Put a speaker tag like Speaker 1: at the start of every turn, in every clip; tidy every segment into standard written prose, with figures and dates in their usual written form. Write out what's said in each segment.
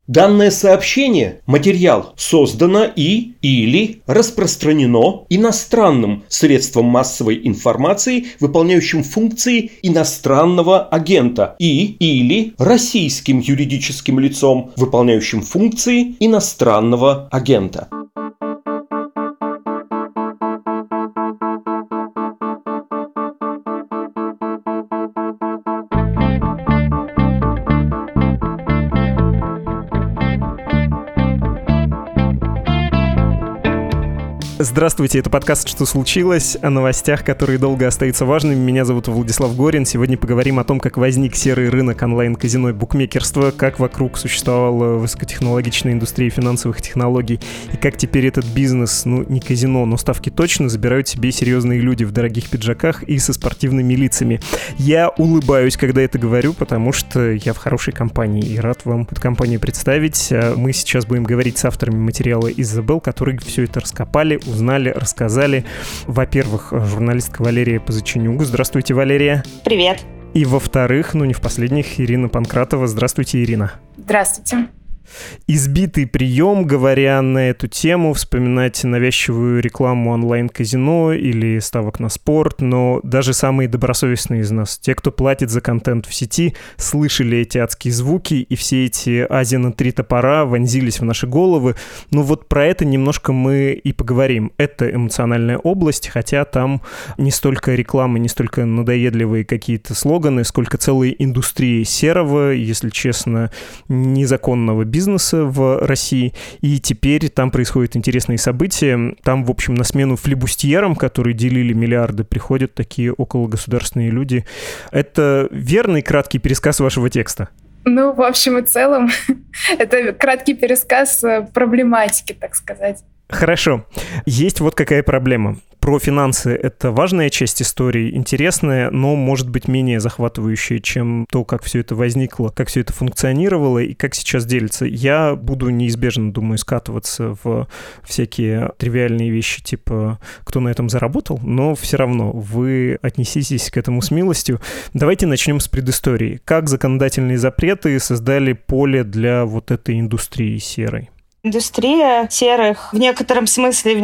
Speaker 1: Данное сообщение, материал, создано или распространено иностранным средством массовой информации, выполняющим функции иностранного агента, или российским юридическим лицом, выполняющим функции иностранного агента.
Speaker 2: Здравствуйте, это подкаст «Что случилось?», о новостях, которые долго остаются важными. Меня зовут Владислав Горин. Сегодня поговорим о том, как возник серый рынок онлайн-казино и букмекерства, как вокруг существовала высокотехнологичная индустрия финансовых технологий, и как теперь этот бизнес, не казино, но ставки точно, забирают себе серьезные люди в дорогих пиджаках и со спортивными лицами. Я улыбаюсь, когда это говорю, потому что я в хорошей компании и рад вам эту компанию представить. Мы сейчас будем говорить с авторами материала Изабелл, которые все это раскопали, узнали, рассказали. Во-первых, журналистка Валерия Позаченюк. Здравствуйте, Валерия.
Speaker 3: Привет.
Speaker 2: И во-вторых, не в последних, Ирина Панкратова. Здравствуйте, Ирина.
Speaker 3: Здравствуйте.
Speaker 2: Избитый прием, говоря на эту тему, вспоминать навязчивую рекламу онлайн-казино или ставок на спорт, но даже самые добросовестные из нас, те, кто платит за контент в сети, слышали эти адские звуки, и все эти «Азия на 3 топора» вонзились в наши головы. Вот про это немножко мы и поговорим. Это эмоциональная область, хотя там не столько рекламы, не столько надоедливые какие-то слоганы, сколько целые индустрии серого, если честно, незаконного бизнеса в России, и теперь там происходят интересные события. Там, в общем, на смену флибустьерам, которые делили миллиарды, приходят такие окологосударственные люди. Это верный краткий пересказ вашего текста?
Speaker 3: В общем и целом, это краткий пересказ проблематики, так сказать.
Speaker 2: Хорошо. Есть вот какая проблема. Про финансы — это важная часть истории, интересная, но, может быть, менее захватывающая, чем то, как все это возникло, как все это функционировало и как сейчас делится. Я буду неизбежно, думаю, скатываться в всякие тривиальные вещи, типа «кто на этом заработал?», но все равно вы отнеситесь к этому с милостью. Давайте начнем с предыстории. Как законодательные запреты создали поле для вот этой индустрии серой?
Speaker 3: Индустрия серых, в некотором смысле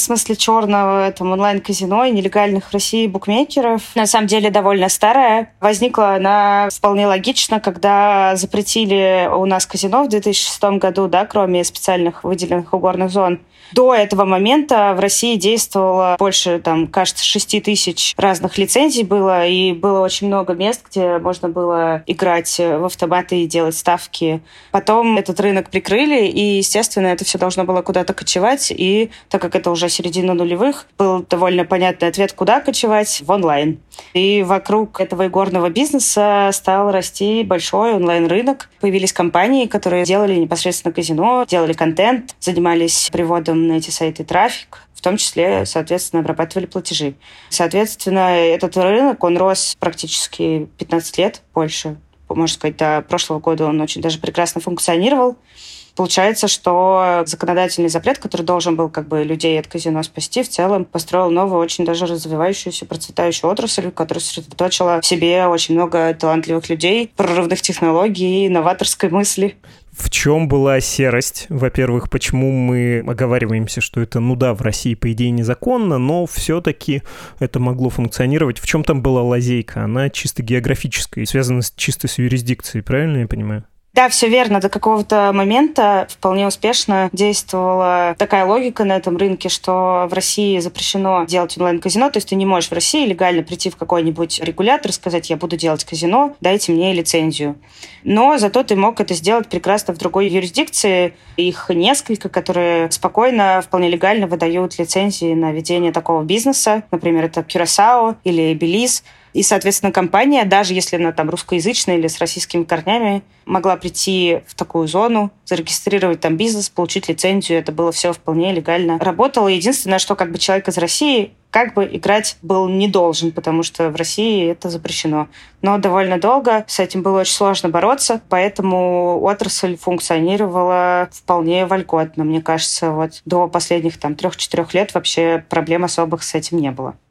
Speaker 3: черного, там, онлайн-казино и нелегальных в России букмекеров, на самом деле довольно старая. Возникла она вполне логично, когда запретили у нас казино в 2006 году, кроме специальных выделенных угорных зон. До этого момента в России действовало больше, кажется, 6 тысяч разных лицензий было, и было очень много мест, где можно было играть в автоматы и делать ставки. Потом этот рынок прикрыли, и, естественно, это все должно было куда-то кочевать, и так как это уже середина нулевых, был довольно понятный ответ, куда кочевать — в онлайн. И вокруг этого игорного бизнеса стал расти большой онлайн-рынок. Появились компании, которые делали непосредственно казино, делали контент, занимались приводом на эти сайты трафик, в том числе, соответственно, обрабатывали платежи. Соответственно, этот рынок, он рос практически 15 лет, больше, можно сказать, до прошлого года он очень даже прекрасно функционировал. Получается, что законодательный запрет, который должен был людей от казино спасти, в целом построил новую, очень даже развивающуюся, процветающую отрасль, которая сосредоточила в себе очень много талантливых людей, прорывных технологий и новаторской мысли.
Speaker 2: В чем была серость? Во-первых, почему мы оговариваемся, что это, в России, по идее, незаконно, но все-таки это могло функционировать. В чем там была лазейка? Она чисто географическая, связана чисто с юрисдикцией, правильно я понимаю?
Speaker 3: Да, все верно. До какого-то момента вполне успешно действовала такая логика на этом рынке, что в России запрещено делать онлайн-казино, то есть ты не можешь в России легально прийти в какой-нибудь регулятор и сказать: я буду делать казино, дайте мне лицензию. Но зато ты мог это сделать прекрасно в другой юрисдикции. Их несколько, которые спокойно, вполне легально выдают лицензии на ведение такого бизнеса. Например, это Кюрасао или Белиз. И, соответственно, компания, даже если она русскоязычная или с российскими корнями, могла прийти в такую зону, зарегистрировать там бизнес, получить лицензию. Это было все вполне легально. Работало. Единственное, что человек из России играть был не должен, потому что в России это запрещено. Но довольно долго с этим было очень сложно бороться, поэтому отрасль функционировала вполне вольготно. Мне кажется, до последних 3-4 лет вообще проблем особых с этим не было.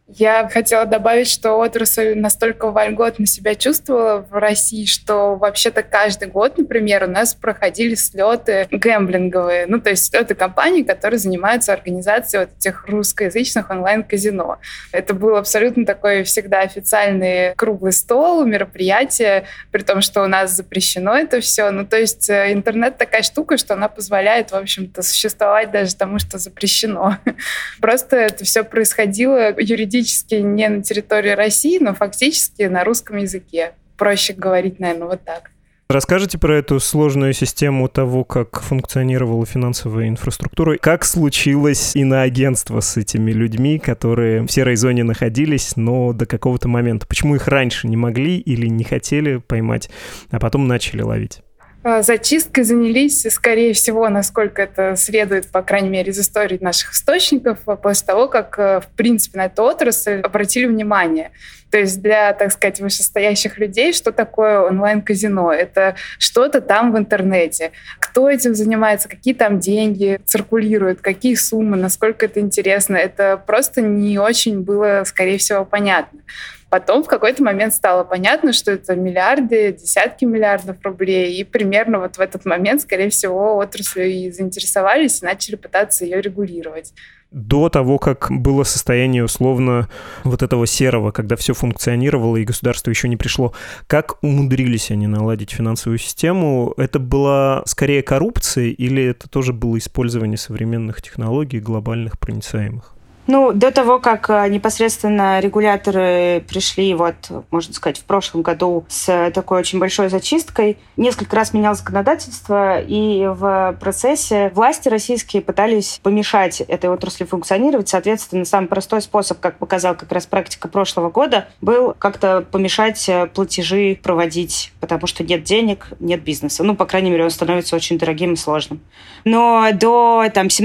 Speaker 4: Я хотела добавить, что отрасль настолько вольготно себя чувствовала в России, что вообще-то каждый год, например, у нас проходили слеты гэмблинговые, то есть слеты компаний, которые занимаются организацией вот этих русскоязычных онлайн-казино. Это был абсолютно такой всегда официальный круглый стол, мероприятие, при том, что у нас запрещено это все. То есть интернет такая штука, что она позволяет, в общем-то, существовать даже тому, что запрещено. Просто это все происходило юридически не на территории России, но фактически на русском языке. Проще говорить, наверное, вот так.
Speaker 2: Расскажите про эту сложную систему того, как функционировала финансовая инфраструктура. Как случилось иноагентство с этими людьми, которые в серой зоне находились, но до какого-то момента? Почему их раньше не могли или не хотели поймать, а потом начали ловить?
Speaker 4: Зачисткой занялись, скорее всего, насколько это следует, по крайней мере, из истории наших источников, после того, как, в принципе, на эту отрасль обратили внимание. То есть для, так сказать, вышестоящих людей, что такое онлайн-казино? Это что-то там в интернете. Кто этим занимается, какие там деньги циркулируют, какие суммы, насколько это интересно. Это просто не очень было, скорее всего, понятно. Потом в какой-то момент стало понятно, что это миллиарды, десятки миллиардов рублей, и примерно вот в этот момент, скорее всего, отраслью и заинтересовались и начали пытаться ее регулировать.
Speaker 2: До того, как было состояние условно вот этого серого, когда все функционировало и государство еще не пришло, как умудрились они наладить финансовую систему? Это была скорее коррупция или это тоже было использование современных технологий, глобальных, проницаемых?
Speaker 3: До того, как непосредственно регуляторы пришли, можно сказать, в прошлом году с такой очень большой зачисткой, несколько раз менялось законодательство, и в процессе власти российские пытались помешать этой отрасли функционировать. Соответственно, самый простой способ, как показала как раз практика прошлого года, был как-то помешать платежи проводить, потому что нет денег, нет бизнеса. По крайней мере, он становится очень дорогим и сложным. Но до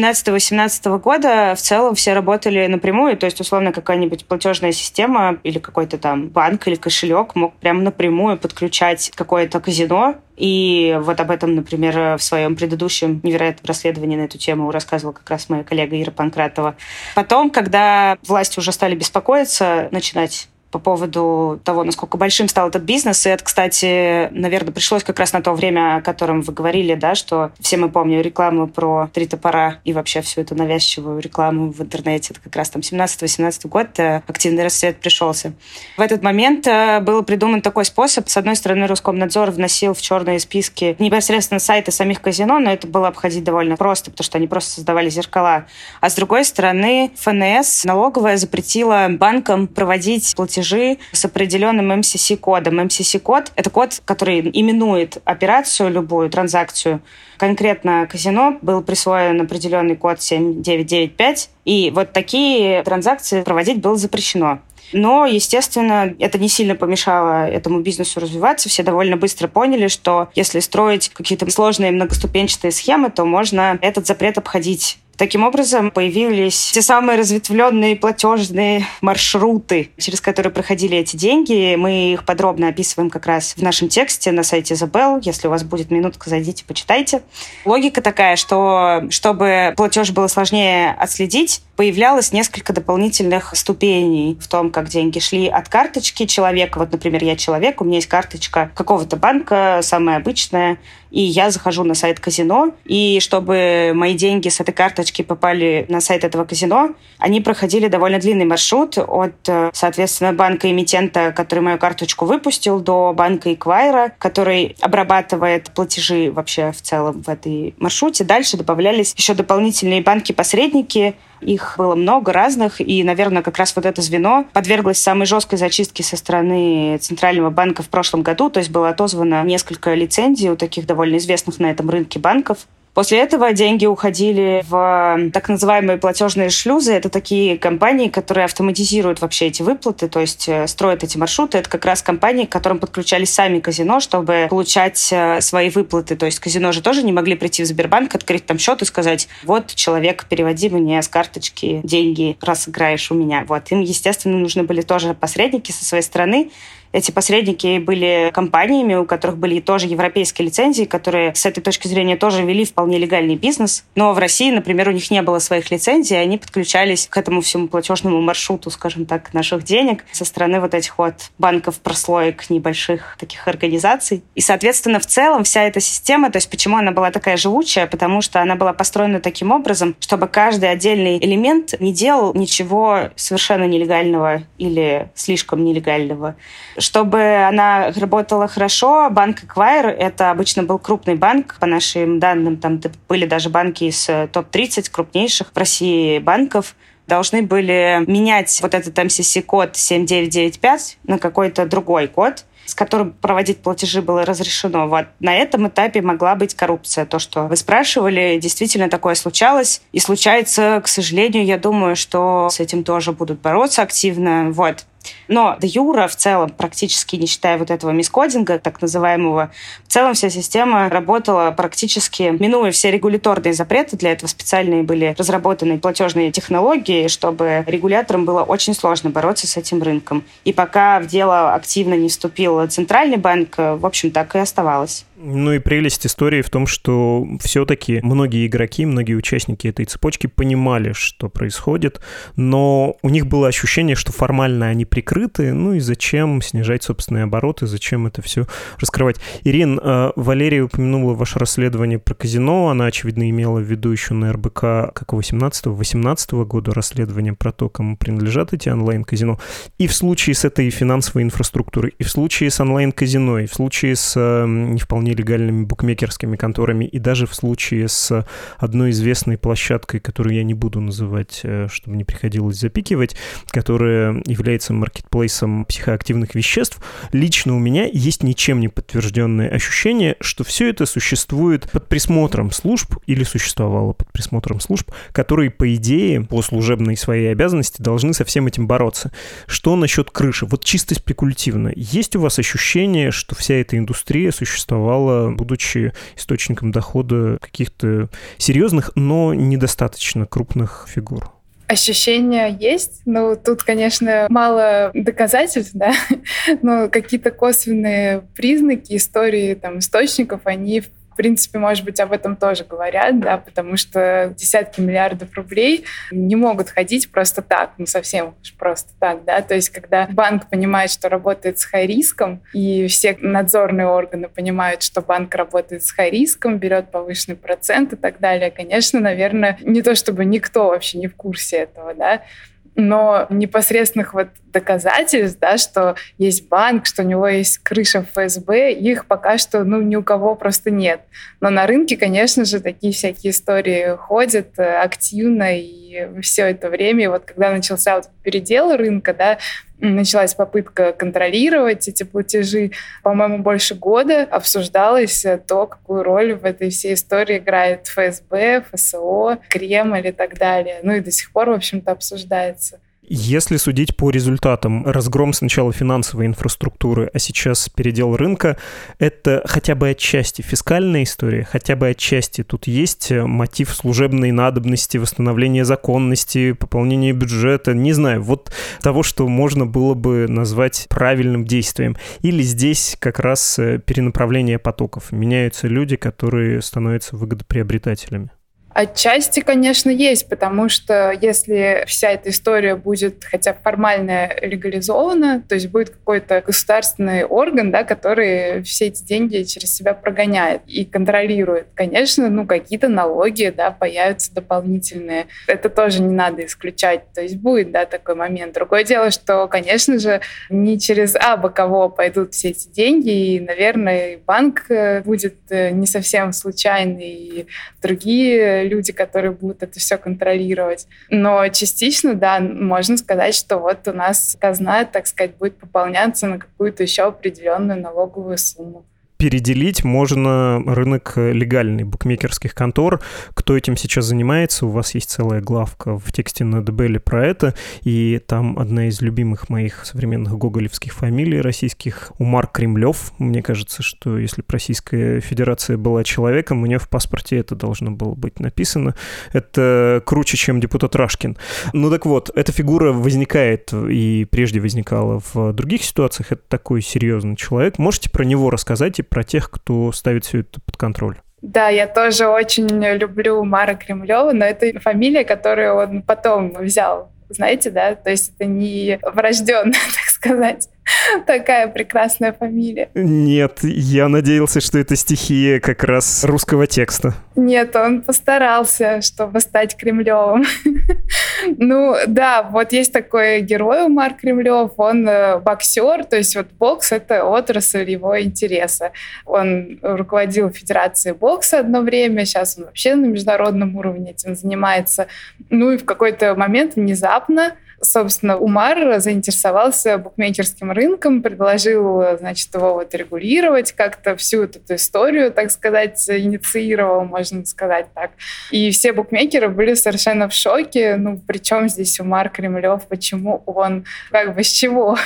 Speaker 3: 17-18 года в целом все работали напрямую, то есть, условно, какая-нибудь платежная система или какой-то там банк или кошелек мог прямо напрямую подключать какое-то казино. И вот об этом, например, в своем предыдущем невероятном расследовании на эту тему рассказывала как раз моя коллега Ира Панкратова. Потом, когда власти уже стали беспокоиться, начинать по поводу того, насколько большим стал этот бизнес. И это, кстати, наверное, пришлось как раз на то время, о котором вы говорили, да, что все мы помним рекламу про 3 топора и вообще всю эту навязчивую рекламу в интернете. Это как раз там 17-18 год активный расцвет пришелся. В этот момент был придуман такой способ. С одной стороны, Роскомнадзор вносил в черные списки непосредственно сайты самих казино, но это было обходить довольно просто, потому что они просто создавали зеркала. А с другой стороны, ФНС, налоговая, запретила банкам проводить платежи с определенным MCC-кодом. MCC-код — это код, который именует операцию, любую транзакцию. Конкретно казино был присвоен определенный код 7995, и вот такие транзакции проводить было запрещено. Но, естественно, это не сильно помешало этому бизнесу развиваться. Все довольно быстро поняли, что если строить какие-то сложные многоступенчатые схемы, то можно этот запрет обходить. Таким образом, появились те самые разветвленные платежные маршруты, через которые проходили эти деньги. Мы их подробно описываем как раз в нашем тексте на сайте The Bell. Если у вас будет минутка, зайдите, почитайте. Логика такая, что чтобы платеж было сложнее отследить, появлялось несколько дополнительных ступеней в том, как деньги шли от карточки человека. Вот, например, я человек, у меня есть карточка какого-то банка, самая обычная, и я захожу на сайт казино, и чтобы мои деньги с этой карточки попали на сайт этого казино, они проходили довольно длинный маршрут от, соответственно, банка-эмитента, который мою карточку выпустил, до банка-эквайра, который обрабатывает платежи вообще в целом в этой маршруте. Дальше добавлялись еще дополнительные банки-посредники. Их было много разных, и, наверное, как раз вот это звено подверглось самой жесткой зачистке со стороны Центрального банка в прошлом году, то есть было отозвано несколько лицензий у таких довольно известных на этом рынке банков. После этого деньги уходили в так называемые платежные шлюзы. Это такие компании, которые автоматизируют вообще эти выплаты, то есть строят эти маршруты. Это как раз компании, к которым подключались сами казино, чтобы получать свои выплаты. То есть казино же тоже не могли прийти в Сбербанк, открыть там счет и сказать: вот, человек, переводи мне с карточки деньги, раз играешь у меня. Вот. Им, естественно, нужны были тоже посредники со своей стороны. Эти посредники были компаниями, у которых были тоже европейские лицензии, которые с этой точки зрения тоже вели вполне легальный бизнес. Но в России, например, у них не было своих лицензий, и они подключались к этому всему платежному маршруту, скажем так, наших денег со стороны вот этих вот банков, прослоек, небольших таких организаций. И, соответственно, в целом вся эта система, то есть почему она была такая живучая, потому что она была построена таким образом, чтобы каждый отдельный элемент не делал ничего совершенно нелегального или слишком нелегального. Чтобы она работала хорошо, банк Acquire, это обычно был крупный банк, по нашим данным, там были даже банки из топ-30 крупнейших в России банков, должны были менять вот этот MCC-код 7995 на какой-то другой код, с которым проводить платежи было разрешено. Вот на этом этапе могла быть коррупция. То, что вы спрашивали, действительно такое случалось. И случается, к сожалению, я думаю, что с этим тоже будут бороться активно. Вот. Но де юре в целом, практически не считая вот этого мискодинга, так называемого, в целом вся система работала практически, минуя все регуляторные запреты. Для этого специальные были разработаны платежные технологии, чтобы регуляторам было очень сложно бороться с этим рынком. И пока в дело активно не вступил Центральный банк, в общем, так и оставалось.
Speaker 2: Ну и прелесть истории в том, что все-таки многие игроки, многие участники этой цепочки понимали, что происходит, но у них было ощущение, что формально они прикрыты, ну и зачем снижать собственные обороты, зачем это все раскрывать. Ирин, Валерия упомянула ваше расследование про казино, она, очевидно, имела в виду еще на РБК, как 18-18 года расследование про то, кому принадлежат эти онлайн-казино. И в случае с этой финансовой инфраструктурой, и в случае с онлайн-казино, и в случае с не вполне легальными букмекерскими конторами, и даже в случае с одной известной площадкой, которую я не буду называть, чтобы не приходилось запикивать, которая является маркетплейсом психоактивных веществ, лично у меня есть ничем не подтвержденное ощущение, что все это существует под присмотром служб или существовало под присмотром служб, которые, по идее, по служебной своей обязанности должны со всем этим бороться. Что насчет крыши? Вот чисто спекулятивно. Есть у вас ощущение, что вся эта индустрия существовала, будучи источником дохода каких-то серьезных, но недостаточно крупных фигур?
Speaker 4: Ощущения есть, но тут, конечно, мало доказательств, да, но какие-то косвенные признаки истории там, источников, они в принципе, может быть, об этом тоже говорят, да, потому что десятки миллиардов рублей не могут ходить просто так, ну совсем уж просто так, да, то есть когда банк понимает, что работает с хай-риском, и все надзорные органы понимают, что банк работает с хай-риском, берет повышенный процент и так далее, конечно, наверное, не то чтобы никто вообще не в курсе этого, да, но непосредственных вот доказательств, да, что есть банк, что у него есть крыша ФСБ, их пока что ни у кого просто нет. Но на рынке, конечно же, такие всякие истории ходят активно и все это время. И вот когда начался вот передел рынка, да, началась попытка контролировать эти платежи. По-моему, больше года обсуждалось то, какую роль в этой всей истории играет ФСБ, ФСО, Кремль и так далее. Ну и до сих пор, в общем-то, обсуждается.
Speaker 2: Если судить по результатам, разгром сначала финансовой инфраструктуры, а сейчас передел рынка, это хотя бы отчасти фискальная история, хотя бы отчасти тут есть мотив служебной надобности, восстановления законности, пополнения бюджета, не знаю, вот того, что можно было бы назвать правильным действием. Или здесь как раз перенаправление потоков. Меняются люди, которые становятся выгодоприобретателями.
Speaker 4: Отчасти, конечно, есть, потому что если вся эта история будет хотя бы формально легализована, то есть будет какой-то государственный орган, да, который все эти деньги через себя прогоняет и контролирует, конечно, какие-то налоги, да, появятся дополнительные. Это тоже не надо исключать, то есть будет, да, такой момент. Другое дело, что, конечно же, не через абы кого пойдут все эти деньги, и, наверное, банк будет не совсем случайный, и другие люди, которые будут это все контролировать. Но частично, да, можно сказать, что вот у нас казна, так сказать, будет пополняться на какую-то еще определенную налоговую сумму.
Speaker 2: переделить можно рынок легальный букмекерских контор. Кто этим сейчас занимается? У вас есть целая главка в тексте на ДБЛе про это, и там одна из любимых моих современных гоголевских фамилий российских — Умар Кремлев. Мне кажется, что если бы Российская Федерация была человеком, у нее в паспорте это должно было быть написано. Это круче, чем депутат Рашкин. Ну так вот, эта фигура возникает и прежде возникала в других ситуациях. Это такой серьезный человек. Можете про него рассказать и про тех, кто ставит все это под контроль?
Speaker 4: Да, я тоже очень люблю Умара Кремлева, но это фамилия, которую он потом взял. Знаете, да? То есть это не врожденная, так сказать, такая прекрасная фамилия.
Speaker 2: Нет, я надеялся, что это стихия как раз русского текста.
Speaker 4: Нет, он постарался, чтобы стать Кремлевым. Ну да, вот есть такой герой Умар Кремлев, он боксер, то есть вот бокс — это отрасль его интереса. Он руководил Федерацией бокса одно время, сейчас он вообще на международном уровне этим занимается. Ну и в какой-то момент внезапно, собственно, Умар заинтересовался букмекерским рынком, предложил, значит, его вот регулировать, как-то всю эту историю, так сказать, инициировал, можно сказать так. И все букмекеры были совершенно в шоке. Ну, при чем здесь Умар Кремлев? Почему он? Как бы с чего?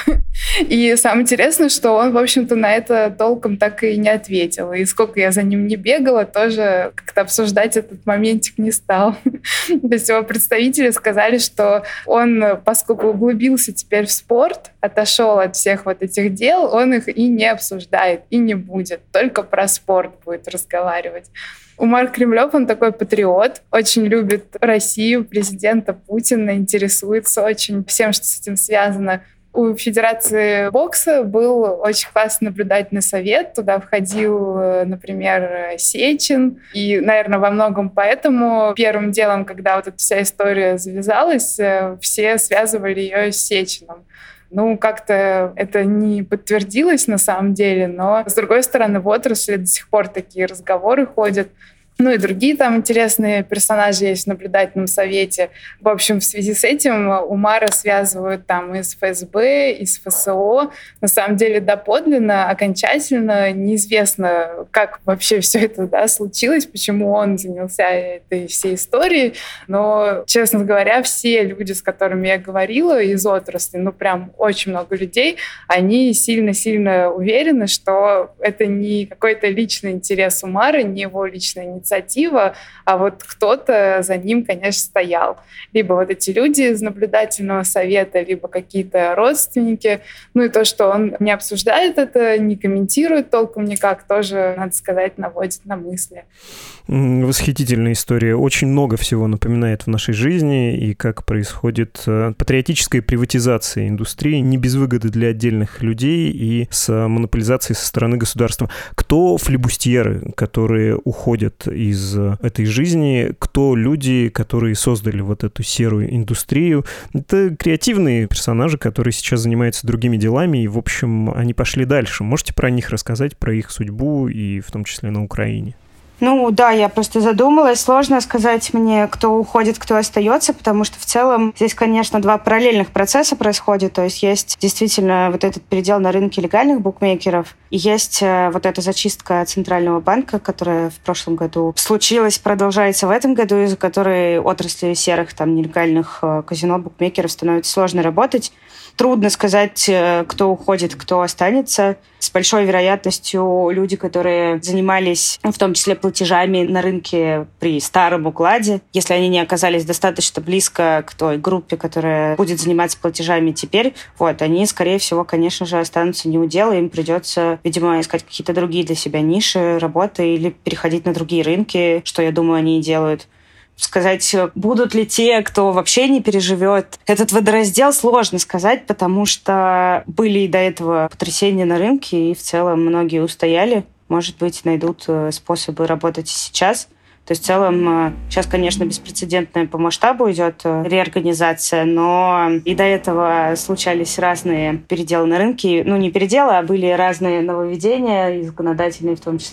Speaker 4: И самое интересное, что он, в общем-то, на это толком так и не ответил. И сколько я за ним не бегала, тоже как-то обсуждать этот моментик не стал. То есть его представители сказали, что он, поскольку углубился теперь в спорт, отошел от всех вот этих дел, он их и не обсуждает, и не будет. Только про спорт будет разговаривать. Умар Кремлев, он такой патриот, очень любит Россию, президента Путина, интересуется очень всем, что с этим связано. У Федерации бокса был очень классный наблюдательный совет. Туда входил, например, Сечин. И, наверное, во многом поэтому первым делом, когда вот эта вся история завязалась, все связывали ее с Сечиным. Ну, как-то это не подтвердилось на самом деле, но, с другой стороны, в отрасли до сих пор такие разговоры ходят. Ну и другие там интересные персонажи есть в наблюдательном совете. В общем, в связи с этим Умара связывают там и с ФСБ, и с ФСО. На самом деле доподлинно, окончательно неизвестно, как вообще все это случилось, почему он занялся этой всей историей. Но, честно говоря, все люди, с которыми я говорила из отрасли, ну прям очень много людей, они сильно-сильно уверены, что это не какой-то личный интерес Умара, не его личная инициатива, а вот кто-то за ним, конечно, стоял. Либо вот эти люди из наблюдательного совета, либо какие-то родственники. Ну и то, что он не обсуждает это, не комментирует толком никак, тоже, надо сказать, наводит на мысли.
Speaker 2: Восхитительная история. Очень много всего напоминает в нашей жизни, и как происходит патриотическая приватизация индустрии не без выгоды для отдельных людей и с монополизацией со стороны государства. Кто флибустьеры, которые уходят из этой жизни, кто люди, которые создали вот эту серую индустрию? Это креативные персонажи, которые сейчас занимаются другими делами, и, в общем, они пошли дальше. Можете про них рассказать, про их судьбу, и в том числе на Украине?
Speaker 3: Ну да, я просто задумалась. Сложно сказать мне, кто уходит, кто остается, потому что в целом здесь, конечно, два параллельных процесса происходят. То есть есть действительно вот этот передел на рынке легальных букмекеров, и есть вот эта зачистка Центрального банка, которая в прошлом году случилась, продолжается в этом году, из-за которой отрасли серых там нелегальных казино, букмекеров становится сложно работать. Трудно сказать, кто уходит, кто останется. С большой вероятностью люди, которые занимались в том числе платежами на рынке при старом укладе, если они не оказались достаточно близко к той группе, которая будет заниматься платежами теперь, вот, они, скорее всего, конечно же, останутся не у дела, им придется, видимо, искать какие-то другие для себя ниши, работы или переходить на другие рынки, что, я думаю, они и делают. Сказать, будут ли те, кто вообще не переживет этот водораздел, сложно сказать, потому что были и до этого потрясения на рынке, и в целом многие устояли. Может быть, найдут способы работать и сейчас. То есть в целом сейчас, конечно, беспрецедентная по масштабу идет реорганизация, но и до этого случались разные переделы на рынке. Ну, не переделы, а были разные нововведения, и законодательные в том числе.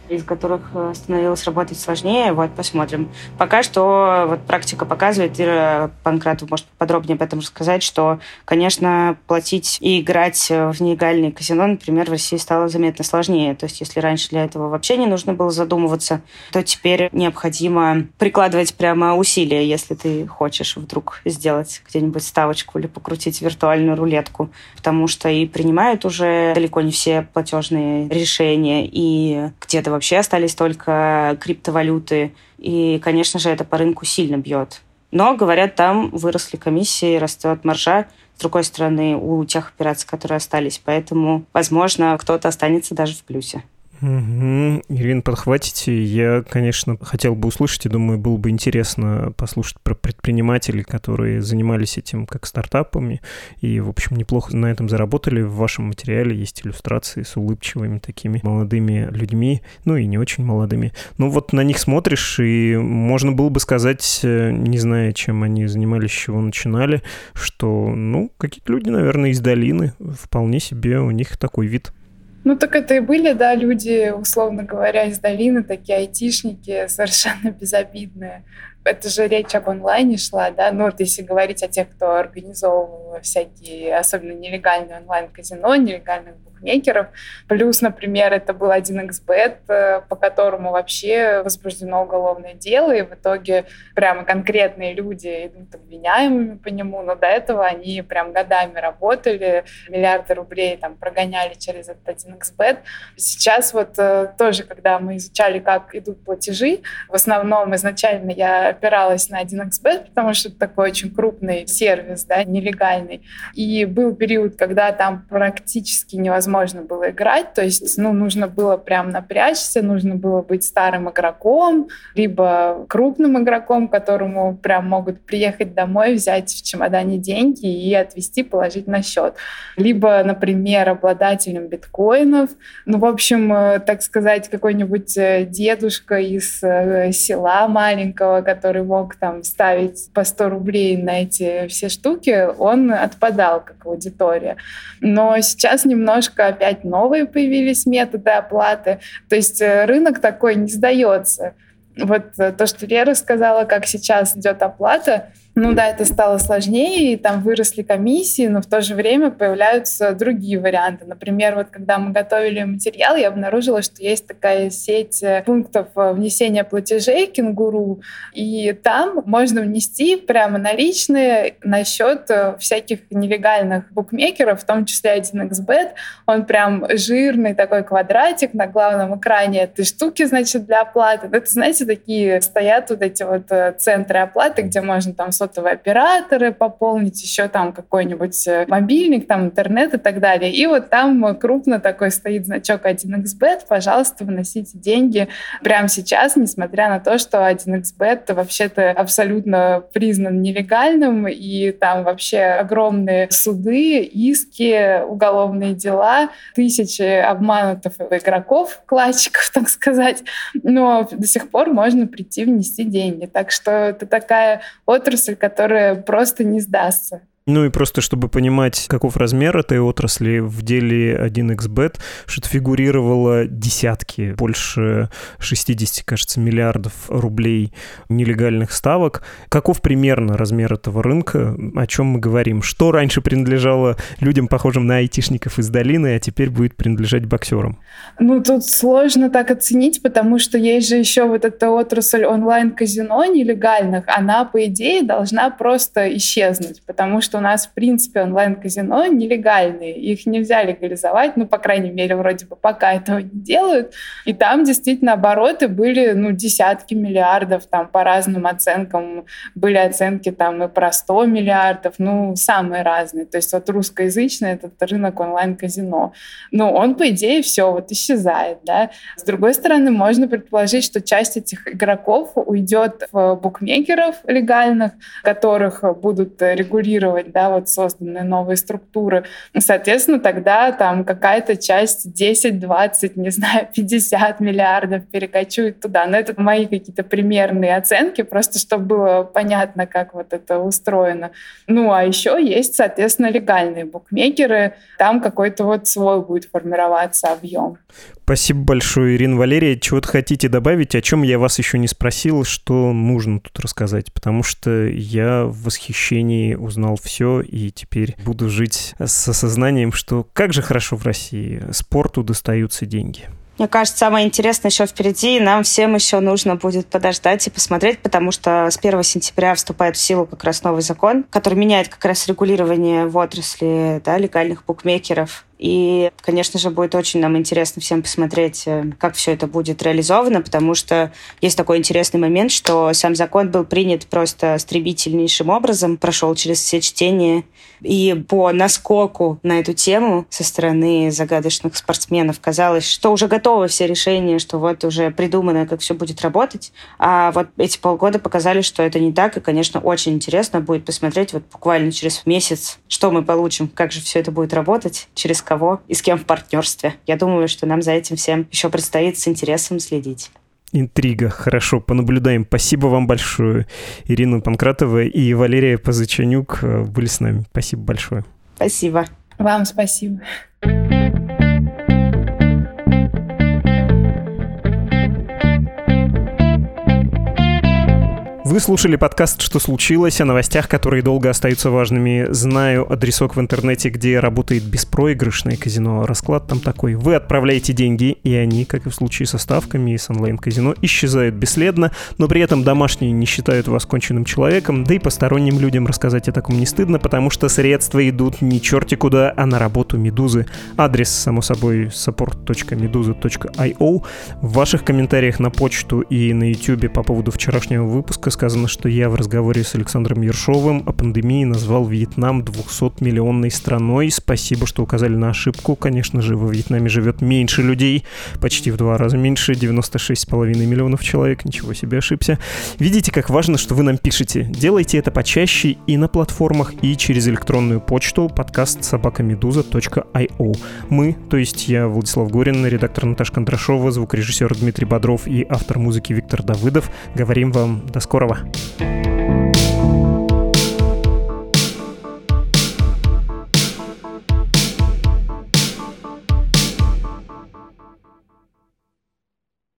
Speaker 3: из которых становилось работать сложнее. Вот, посмотрим. Пока что вот практика показывает, Ира Панкратова может подробнее об этом рассказать, что, конечно, платить и играть в нелегальные казино, например, в России стало заметно сложнее. То есть если раньше для этого вообще не нужно было задумываться, то теперь необходимо прикладывать прямо усилия, если ты хочешь вдруг сделать где-нибудь ставочку или покрутить виртуальную рулетку. Потому что и принимают уже далеко не все платежные решения, и где-то вообще остались только криптовалюты. И, конечно же, это по рынку сильно бьет. Но, говорят, там выросли комиссии, растет маржа. С другой стороны, у тех операций, которые остались. Поэтому, возможно, кто-то останется даже в плюсе.
Speaker 2: Угу. Ирина, подхватите. Я, конечно, хотел бы услышать, и думаю, было бы интересно послушать про предпринимателей, которые занимались этим как стартапами и, в общем, неплохо на этом заработали. В вашем материале есть иллюстрации с улыбчивыми такими молодыми людьми, ну и не очень молодыми. Ну вот на них смотришь, и можно было бы сказать, не зная, чем они занимались, с чего начинали, что, ну, какие-то люди, наверное, из долины, вполне себе у них такой вид.
Speaker 4: Ну, так это и были, да, люди, условно говоря, из долины, такие айтишники, совершенно безобидные. Это же речь об онлайне шла, да, ну вот если говорить о тех, кто организовывал всякие, особенно нелегальные онлайн-казино, нелегальных букмекеров. Плюс, например, это был 1xBet, по которому вообще возбуждено уголовное дело, и в итоге прямо конкретные люди идут обвиняемыми по нему, но до этого они прям годами работали, миллиарды рублей там прогоняли через этот 1xBet. Сейчас вот тоже, когда мы изучали, как идут платежи, в основном изначально я опиралась на 1xBet, потому что это такой очень крупный сервис, да, нелегальный. И был период, когда там практически невозможно было играть, то есть, ну, нужно было прям напрячься, нужно было быть старым игроком, либо крупным игроком, которому прям могут приехать домой, взять в чемодане деньги и отвезти, положить на счет. Либо, например, обладателем биткоинов, ну, в общем, так сказать, какой-нибудь дедушка из села маленького, который мог там ставить по 100 рублей на эти все штуки, он отпадал как аудитория. Но сейчас немножко опять новые появились методы оплаты. То есть рынок такой не сдается. Вот то, что Лера сказала, как сейчас идет оплата, ну да, это стало сложнее, и там выросли комиссии, но в то же время появляются другие варианты. Например, вот когда мы готовили материал, я обнаружила, что есть такая сеть пунктов внесения платежей «Кенгуру», и там можно внести прямо наличные на счет всяких нелегальных букмекеров, в том числе 1xBet. Он прям жирный такой квадратик на главном экране этой штуки, значит, для оплаты. Это, знаете, такие стоят вот эти вот центры оплаты, где можно там сотовые операторы пополнить, еще там какой-нибудь мобильник, там интернет и так далее. И вот там крупно такой стоит значок 1xBet, пожалуйста, вносите деньги прямо сейчас, несмотря на то, что 1xBet вообще-то абсолютно признан нелегальным, и там вообще огромные суды, иски, уголовные дела, тысячи обманутых игроков, вкладчиков, так сказать. Но до сих пор можно прийти внести деньги. Так что это такая отрасль, которая просто не сдастся.
Speaker 2: Ну и просто, чтобы понимать, каков размер этой отрасли, в деле 1xBet что-то фигурировало десятки, больше 60, кажется, миллиардов рублей нелегальных ставок. Каков примерно размер этого рынка? О чем мы говорим? Что раньше принадлежало людям, похожим на айтишников из долины, а теперь будет принадлежать боксерам?
Speaker 4: Ну, тут сложно так оценить, потому что есть же еще вот эта отрасль онлайн-казино нелегальных, она, по идее, должна просто исчезнуть, потому что у нас, в принципе, онлайн-казино нелегальные. Их нельзя легализовать, ну, по крайней мере, вроде бы пока этого не делают. И там действительно обороты были, ну, десятки миллиардов, там, по разным оценкам. Были оценки там и про 100 миллиардов, ну, самые разные. То есть вот русскоязычный этот рынок онлайн-казино. Ну, он, по идее, все вот исчезает, да. С другой стороны, можно предположить, что часть этих игроков уйдет в букмекеров легальных, которых будут регулировать, да, вот созданные новые структуры. Соответственно, тогда там какая-то часть 10, 20, не знаю, 50 миллиардов перекочует туда. Но это мои какие-то примерные оценки, просто чтобы было понятно, как вот это устроено. Ну, а еще есть, соответственно, легальные букмекеры. Там какой-то вот свой будет формироваться объем.
Speaker 2: Спасибо большое, Ирина, Валерия. Чего-то хотите добавить, о чем я вас еще не спросил, что нужно тут рассказать? Потому что я в восхищении узнал все, и теперь буду жить с осознанием, что как же хорошо в России, спорту достаются деньги.
Speaker 3: Мне кажется, самое интересное еще впереди. Нам всем еще нужно будет подождать и посмотреть, потому что с 1 сентября вступает в силу как раз новый закон, который меняет как раз регулирование в отрасли, да, легальных букмекеров. И, конечно же, будет очень нам интересно всем посмотреть, как все это будет реализовано, потому что есть такой интересный момент, что сам закон был принят просто стремительнейшим образом, прошел через все чтения. И по наскоку на эту тему со стороны загадочных спортсменов казалось, что уже готовы все решения, что вот уже придумано, как все будет работать. А вот эти полгода показали, что это не так. И, конечно, очень интересно будет посмотреть вот буквально через месяц, что мы получим, как же все это будет работать, через кого и с кем в партнерстве. Я думаю, что нам за этим всем еще предстоит с интересом следить.
Speaker 2: Интрига. Хорошо, понаблюдаем. Спасибо вам большое. Ирина Панкратова и Валерия Позыченюк были с нами. Спасибо большое.
Speaker 3: Спасибо.
Speaker 4: Вам спасибо.
Speaker 2: Вы слушали подкаст «Что случилось?» о новостях, которые долго остаются важными. Знаю адресок в интернете, где работает беспроигрышное казино. Расклад там такой. Вы отправляете деньги, и они, как и в случае со ставками и с онлайн-казино, исчезают бесследно, но при этом домашние не считают вас конченным человеком, да и посторонним людям рассказать о таком не стыдно, потому что средства идут не черти куда, а на работу Медузы. Адрес, само собой, support.meduza.io. В ваших комментариях на почту и на YouTube по поводу вчерашнего выпуска сказано, что я в разговоре с Александром Ершовым о пандемии назвал Вьетнам 200-миллионной страной. Спасибо, что указали на ошибку. Конечно же, во Вьетнаме живет меньше людей, почти в 2 раза меньше, 96,5 миллионов человек. Ничего себе, ошибся. Видите, как важно, что вы нам пишете. Делайте это почаще и на платформах, и через электронную почту podcast@meduza.io. Мы, то есть я, Владислав Горин, редактор Наташа Кондрашова, звукорежиссер Дмитрий Бодров и автор музыки Виктор Давыдов, говорим вам до скорого.